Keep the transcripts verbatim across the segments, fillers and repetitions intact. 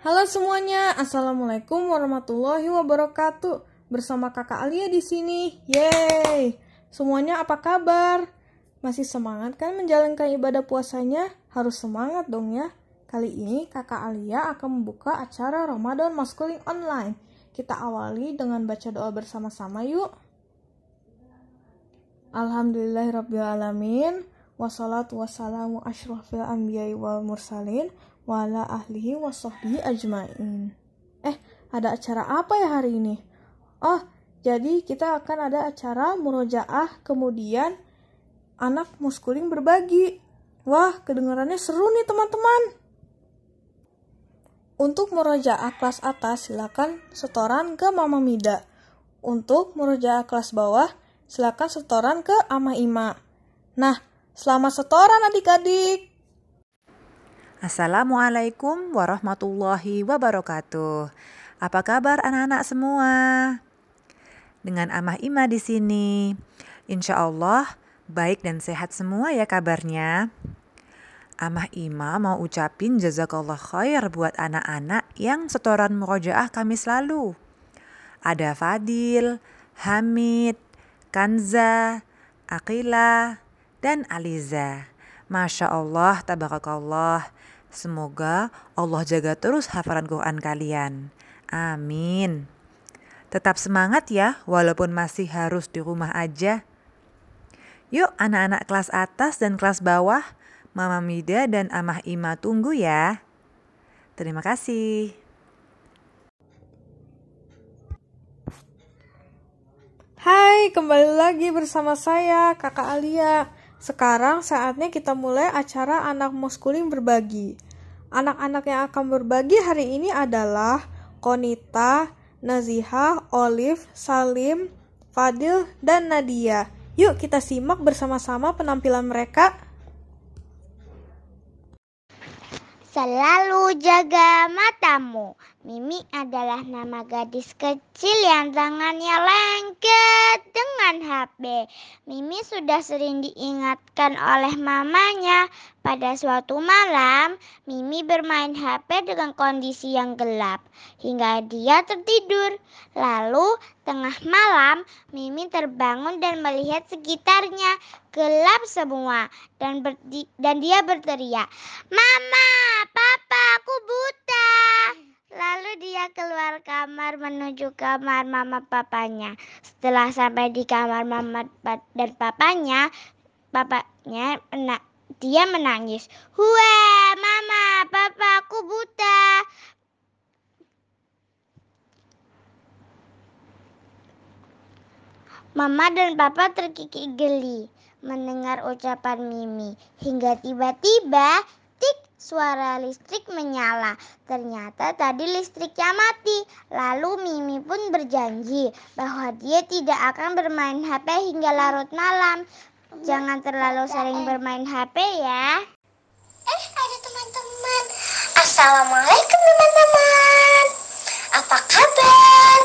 Halo semuanya, assalamualaikum warahmatullahi wabarakatuh. Bersama kakak Alia di sini, yeay! Semuanya apa kabar? Masih semangat kan menjalankan ibadah puasanya? Harus semangat dong ya. Kali ini kakak Alia akan membuka acara Ramadan Homeschooling Online. Kita awali dengan baca doa bersama-sama yuk. Alhamdulillahirrabbilalamin. Wassalatu wassalamu asyrafil anbiya'i wal mursalin wa ala ahlihi wa sahbihi ajmain. Eh, ada acara apa ya hari ini? Oh, jadi kita akan ada acara murojaah, kemudian anak homeschooling berbagi. Wah, kedengarannya seru nih teman-teman. Untuk murojaah kelas atas, silakan setoran ke Mama Mida. Untuk murojaah kelas bawah, silakan setoran ke Ama Ima. Nah, selamat setoran adik-adik. Assalamualaikum warahmatullahi wabarakatuh. Apa kabar anak-anak semua? Dengan Amah Ima di sini. Insya Allah baik dan sehat semua ya kabarnya. Amah Ima mau ucapin jazakallah khair buat anak-anak yang setoran murojaah Kamis lalu. Ada Fadil, Hamid, Kanza, Aqila, dan Aliza. Masya Allah, tabarakallah. Semoga Allah jaga terus hafalan Quran kalian. Amin. Tetap semangat ya, walaupun masih harus di rumah aja. Yuk anak-anak kelas atas dan kelas bawah, Mama Mida dan Amah Ima tunggu ya. Terima kasih. Hai, kembali lagi bersama saya, Kakak Alia. Sekarang saatnya kita mulai acara anak homeschooling berbagi. Anak-anak yang akan berbagi hari ini adalah Konita, Nazihah, Olive, Salim, Fadil, dan Nadia. Yuk kita simak bersama-sama penampilan mereka. Selalu jaga matamu. Mimi adalah nama gadis kecil yang tangannya lengket dengan H P. Mimi sudah sering diingatkan oleh mamanya. Pada suatu malam, Mimi bermain H P dengan kondisi yang gelap hingga dia tertidur. Lalu, tengah malam, Mimi terbangun dan melihat sekitarnya gelap semua dan, berdi- dan dia berteriak, "Mama, Papa, aku buta." Lalu dia keluar kamar menuju kamar mama papanya. Setelah sampai di kamar mama dan papanya, papanya mena- dia menangis. "Hue, Mama, Papa, aku buta." Mama dan Papa terkikik geli mendengar ucapan Mimi. Hingga tiba-tiba, tik, suara listrik menyala. Ternyata tadi listriknya mati. Lalu Mimi pun berjanji bahwa dia tidak akan bermain H P hingga larut malam. Jangan terlalu sering bermain H P ya. Eh, ada teman-teman. Assalamualaikum teman-teman. Apa kabar?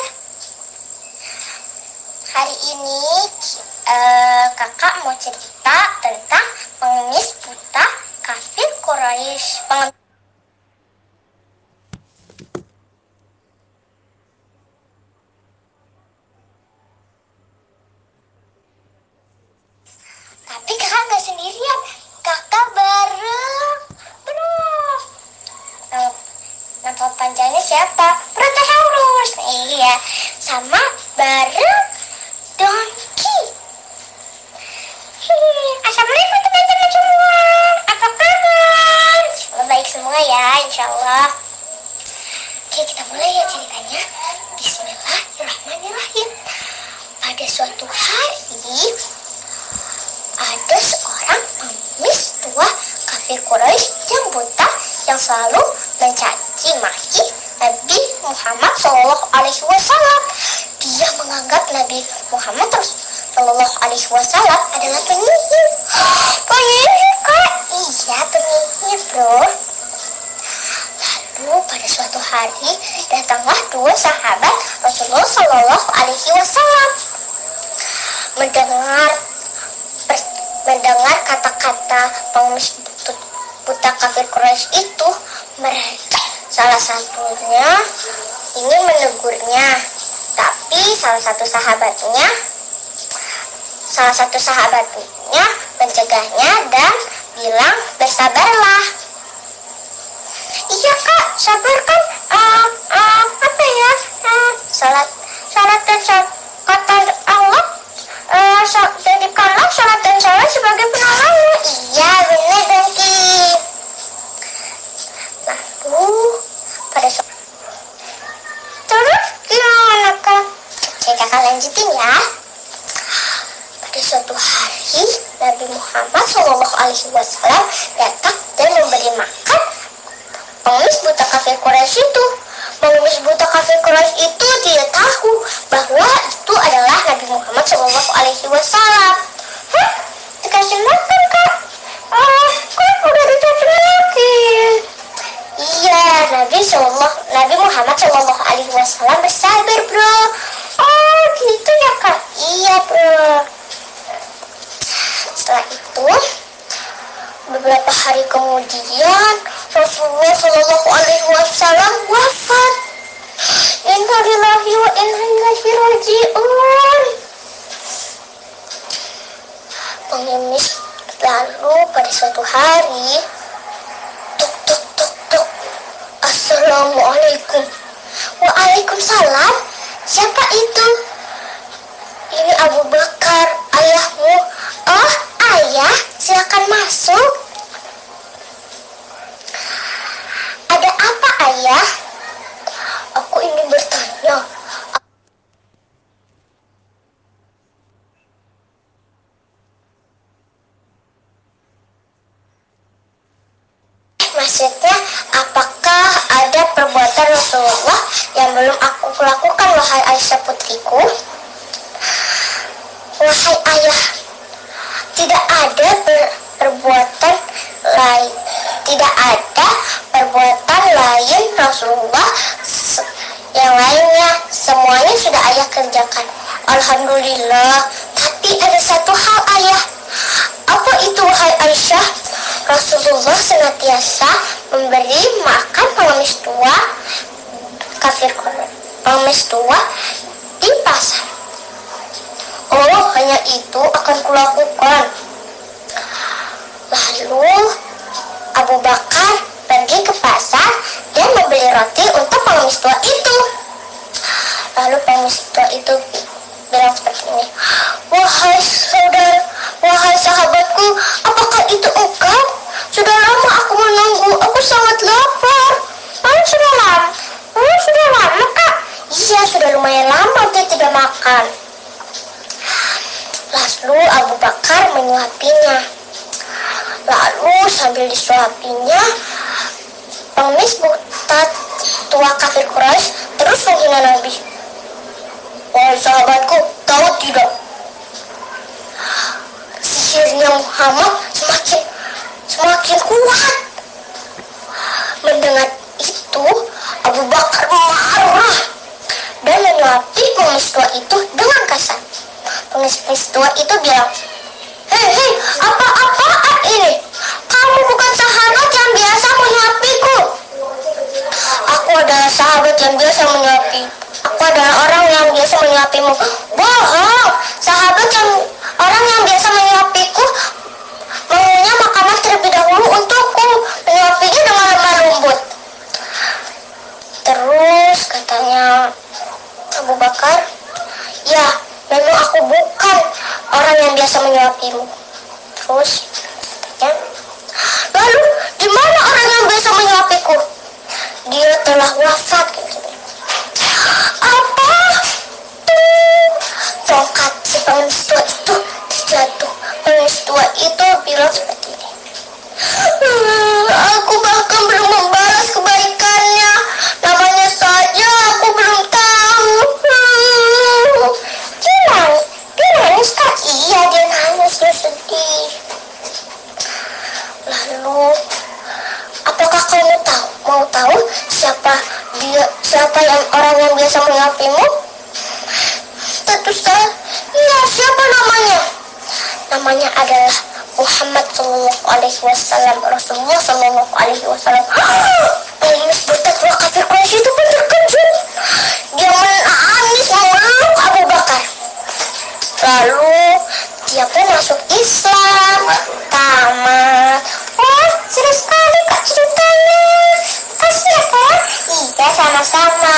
Hari ini uh, kakak mau cerita tentang pengemis buta kafir Quraisy. Pengemis Tapi kakak gak sendirian. Kakak bareng Prof. Nama, nama panjangnya siapa? Protasaurus. Iya. Sama bareng Donkey. Hihi. Assalamualaikum teman-teman semua. Apa kabar? Semoga baik semua ya, insya Allah. Oke, kita mulai ya ceritanya. Bismillahirrahmanirrahim. Pada suatu hari, ada seorang pengemis tua kafir Quraisy yang buta yang selalu mencaci maki Nabi Muhammad Shallallahu Alaihi Wasallam. Dia menganggap Nabi Muhammad Shallallahu Alaihi Wasallam adalah penyihir. Penyihir kak? Iya penyihir bro. Lalu pada suatu hari datanglah dua sahabat Rasulullah Shallallahu Alaihi Wasallam mendengar mendengar kata-kata pengemis buta kafir Quraisy itu. Mereka salah satu ibunya ingin menegurnya, tapi salah satu sahabatnya, salah satu sahabatnya mencegahnya dan bilang, bersabarlah. Iya kak, sabar kan, uh, uh, apa ya, uh, salat, salat dan salat, kata Allah, uh, jadikanlah salat dan salat sebagai penolongmu. Iya benar Dengki. Lalu pada suatu terus gimana kak? Saya kakak lanjutin ya. Pada suatu hari Nabi Muhammad shallallahu alaihi wasallam datang dan memberi makan pengemis buta kafir Quraisy itu. Pengemis buta kafir Quraisy itu tidak tahu bahwa itu adalah Nabi Muhammad shallallahu alaihi wasallam. Hah? Dikasih makan kak? Ah, kok udah dikasih makan? Iya, Nabi Shallallahu Nabi Muhammad shallallahu alaihi wasallam bersabar bro. Oh gitu ya kak? Iya bro. Setelah itu beberapa hari kemudian Rasulullah shallallahu alaihi wasallam wafat. Inna lillahi wa inna ilaihi raji'un. Pengemis lalu pada suatu hari, tuk tuk tuk tuk, assalamualaikum. Waalaikumsalam. Siapa itu? Ini Abu Bakar, ayahmu. Oh ayah, silakan masuk. Ada apa ayah? Aku ingin bertanya. Maksudnya, apakah ada perbuatan Rasulullah yang belum aku lakukan, wahai Aisyah putriku? Wahai ayah, tidak ada per perbuatan lain, tidak ada perbuatan lain Rasulullah yang lainnya, semuanya sudah ayah kerjakan. Alhamdulillah. Tapi ada satu hal ayah. Apa itu wahai Aisyah? Rasulullah senantiasa memberi makan pengemis tua kafir pengemis tua di pasar. Oh, hanya itu akan kulakukan. Lalu Abu Bakar pergi ke pasar dan membeli roti untuk pengemis tua itu. Lalu pengemis tua itu bilang seperti ini, wahai saudara, wahai sahabatku, apakah itu engkau? Sudah lama aku menunggu, aku sangat lapar. Oh, sudah lama, oh, sudah lama kak? Iya, sudah lumayan lama dia tidak makan. Lalu Abu Bakar menyuapinya. Lalu sambil disuapinya, pengemis buta tua kafir Quraisy terus menghina Nabi. Wahai sahabatku, tahu tidak? Sihirnya Muhammad semakin semakin kuat. Mendengar itu, Abu Bakar marah dan menyuapi pengemis tua itu dengan kasar. Pengemis tua itu bilang, hei, hei, apa-apaan ini? Kamu bukan sahabat yang biasa menyuapiku. Aku adalah sahabat yang biasa menyuapi. Aku adalah orang yang biasa menyuapimu. Bohong, sahabat yang orang yang biasa menyuapiku maunya makanan terlebih dahulu untukku, menyuapinya dengan lemah lembut. Terus katanya Abu Bakar, ya memang aku bukan orang yang biasa menyuapimu. Terus ya, lalu di mana orang yang biasa menyuapiku? Dia telah wafat. Apa? Tongkat si pengemis tua itu terjatuh. Pengemis tua itu bilang seperti ini, aku bahkan belum membalas kebaikannya. Namanya saja aku belum tahu. Dia nangis, dia nangis kak? Iya dia nangis, dia sedih. Lalu, apakah kamu tahu? Mau tahu siapa dia? Siapa yang orang yang biasa menyuapimu? Tentu saja. Iya, siapa namanya? Namanya adalah Muhammad Shallallahu Alaihi Wasallam. Rasulullah Shallallahu Alaihi Wasallam. Pengemis buta tua kafir Quraisy itu Lalu dia pun masuk Islam. Tamat. Wah, seru sekali Kak ceritanya. Kasih ya Kak. Iya, sama-sama.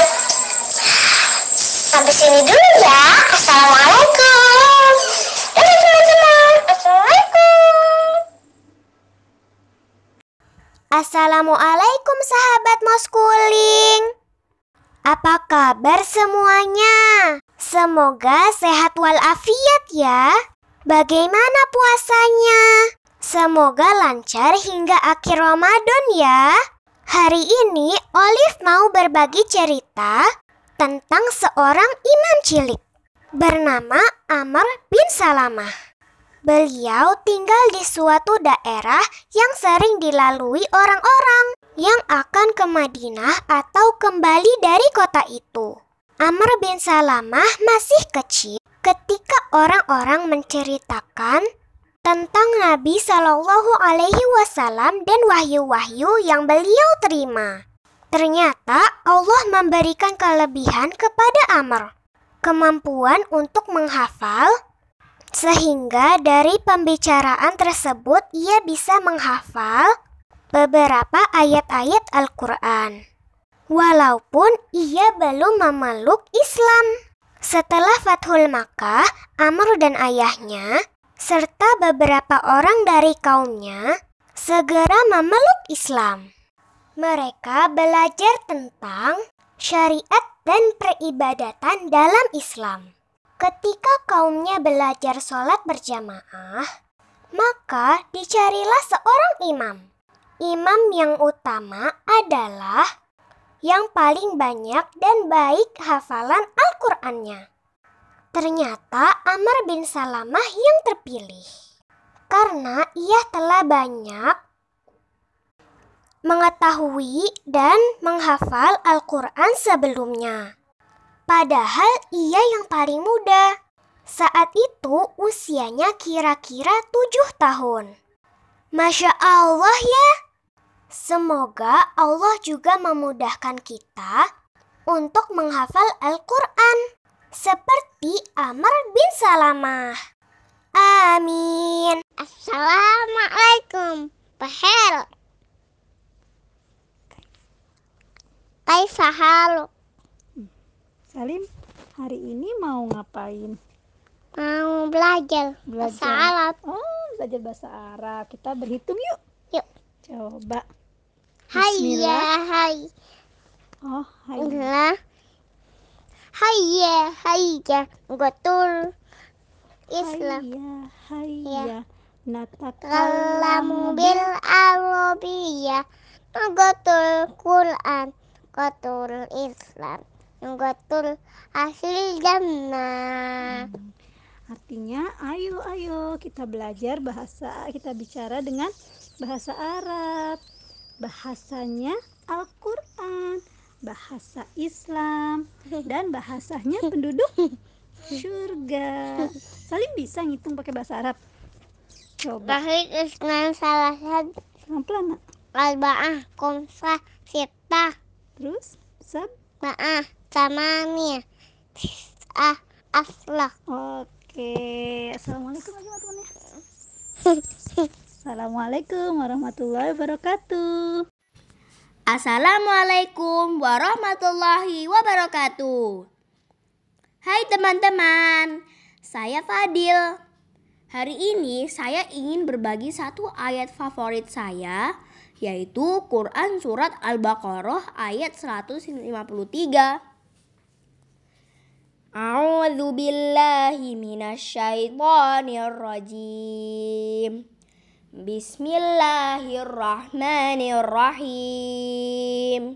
Sampai sini dulu ya. Assalamualaikum. Dadah teman-teman. Assalamualaikum. Assalamualaikum sahabat Moschooling. Apa kabar semuanya? Semoga sehat walafiat ya. Bagaimana puasanya? Semoga lancar hingga akhir Ramadan ya. Hari ini Olive mau berbagi cerita tentang seorang imam cilik bernama Amr bin Salamah. Beliau tinggal di suatu daerah yang sering dilalui orang-orang yang akan ke Madinah atau kembali dari kota itu. Amr bin Salamah masih kecil ketika orang-orang menceritakan tentang Nabi Shallallahu Alaihi Wasallam dan wahyu-wahyu yang beliau terima. Ternyata Allah memberikan kelebihan kepada Amr, kemampuan untuk menghafal, sehingga dari pembicaraan tersebut ia bisa menghafal beberapa ayat-ayat Al-Quran. Walaupun ia belum memeluk Islam. Setelah Fathul Makkah, Amr dan ayahnya serta beberapa orang dari kaumnya segera memeluk Islam. Mereka belajar tentang syariat dan peribadatan dalam Islam. Ketika kaumnya belajar sholat berjamaah, maka dicarilah seorang imam. Imam yang utama adalah yang paling banyak dan baik hafalan Al-Qur'annya. Ternyata Amr bin Salamah yang terpilih, karena ia telah banyak mengetahui dan menghafal Al-Quran sebelumnya. Padahal ia yang paling muda. Saat itu usianya kira-kira tujuh tahun. Masya Allah ya. Semoga Allah juga memudahkan kita untuk menghafal Al-Quran seperti Amr bin Salamah. Amin. Assalamualaikum. Bahel. Kaifa haluk? Salim, hari ini mau ngapain? Mau belajar bahasa Arab. Oh, belajar bahasa Arab. Kita berhitung yuk. Yuk. Coba. Hayya, hay. Oh, hai. Inilah. Hayya, hayya. Betul. Islam. Hayya, hayya. Natakallamu bil Arabiyyah. Nagatul Quran. Qatul Islam. Nagatul hasil jannah. Hmm. Artinya, ayo, ayo kita belajar bahasa, kita bicara dengan bahasa Arab. Bahasanya Al-Quran, bahasa Islam, dan bahasanya penduduk surga. Salim bisa ngitung pakai bahasa Arab? Coba. Bahasa Islam salah satu. Pelan-pelan, Nak. Arba'ah, komsah, sitah, Terus, sab. ma'ah, tamania, tis'ah, aflah. Oke, assalamualaikum lagi teman-teman ya. Assalamualaikum warahmatullahi wabarakatuh. Assalamualaikum warahmatullahi wabarakatuh. Hai teman-teman, saya Fadil. Hari ini saya ingin berbagi satu ayat favorit saya, yaitu Quran Surat Al-Baqarah ayat seratus lima puluh tiga. A'udzu billahi minasyaitonir rajim. Bismillahirrahmanirrahim.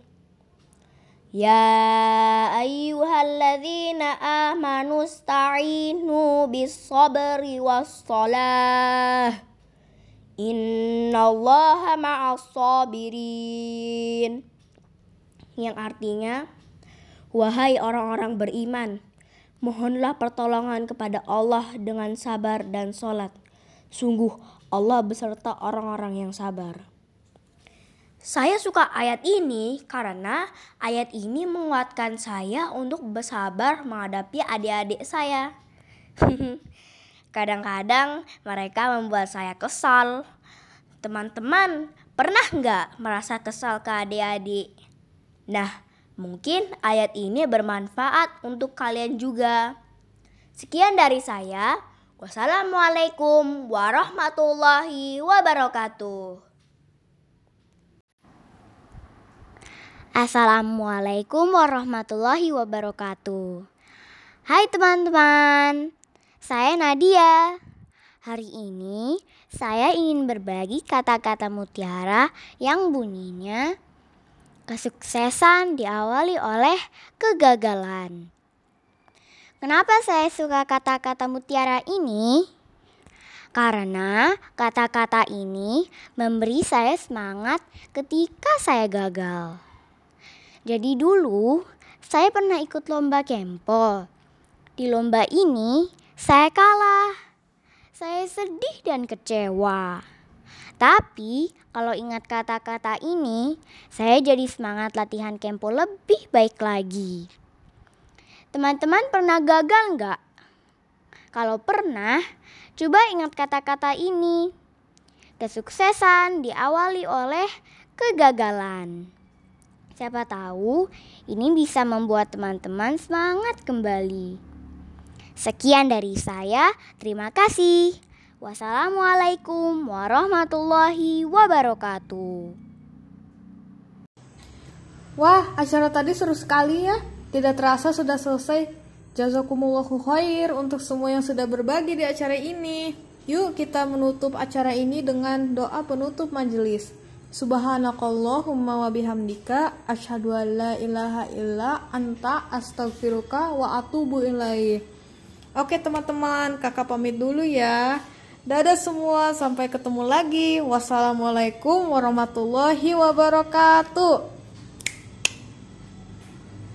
Ya ayyuhalladzina amanu ista'inu bis-sabri was-shalah. Innallaha ma'as-sabirin. Yang artinya, wahai orang-orang beriman, mohonlah pertolongan kepada Allah dengan sabar dan sholat. Sungguh Allah beserta orang-orang yang sabar. Saya suka ayat ini karena ayat ini menguatkan saya untuk bersabar menghadapi adik-adik saya. Kadang-kadang mereka membuat saya kesal. Teman-teman, pernah nggak merasa kesal ke adik-adik? Nah, mungkin ayat ini bermanfaat untuk kalian juga. Sekian dari saya. Wassalamualaikum warahmatullahi wabarakatuh. Assalamualaikum warahmatullahi wabarakatuh. Hai teman-teman, saya Nadia. Hari ini saya ingin berbagi kata-kata mutiara yang bunyinya kesuksesan diawali oleh kegagalan. Kenapa saya suka kata-kata mutiara ini? Karena kata-kata ini memberi saya semangat ketika saya gagal. Jadi dulu saya pernah ikut lomba Kempo. Di lomba ini saya kalah. Saya sedih dan kecewa. Tapi kalau ingat kata-kata ini, saya jadi semangat latihan Kempo lebih baik lagi. Teman-teman pernah gagal nggak? Kalau pernah, coba ingat kata-kata ini. Kesuksesan diawali oleh kegagalan. Siapa tahu ini bisa membuat teman-teman semangat kembali. Sekian dari saya, terima kasih. Wassalamualaikum warahmatullahi wabarakatuh. Wah, acara tadi seru sekali ya. Tidak terasa sudah selesai. Jazakumullahu khair untuk semua yang sudah berbagi di acara ini. Yuk kita menutup acara ini dengan doa penutup majelis. Subhanakallahumma wa bihamdika asyhadu an la ilaha illa anta astaghfiruka wa atubu ilaih. Oke teman-teman, kakak pamit dulu ya. Dadah semua, sampai ketemu lagi. Wassalamualaikum warahmatullahi wabarakatuh.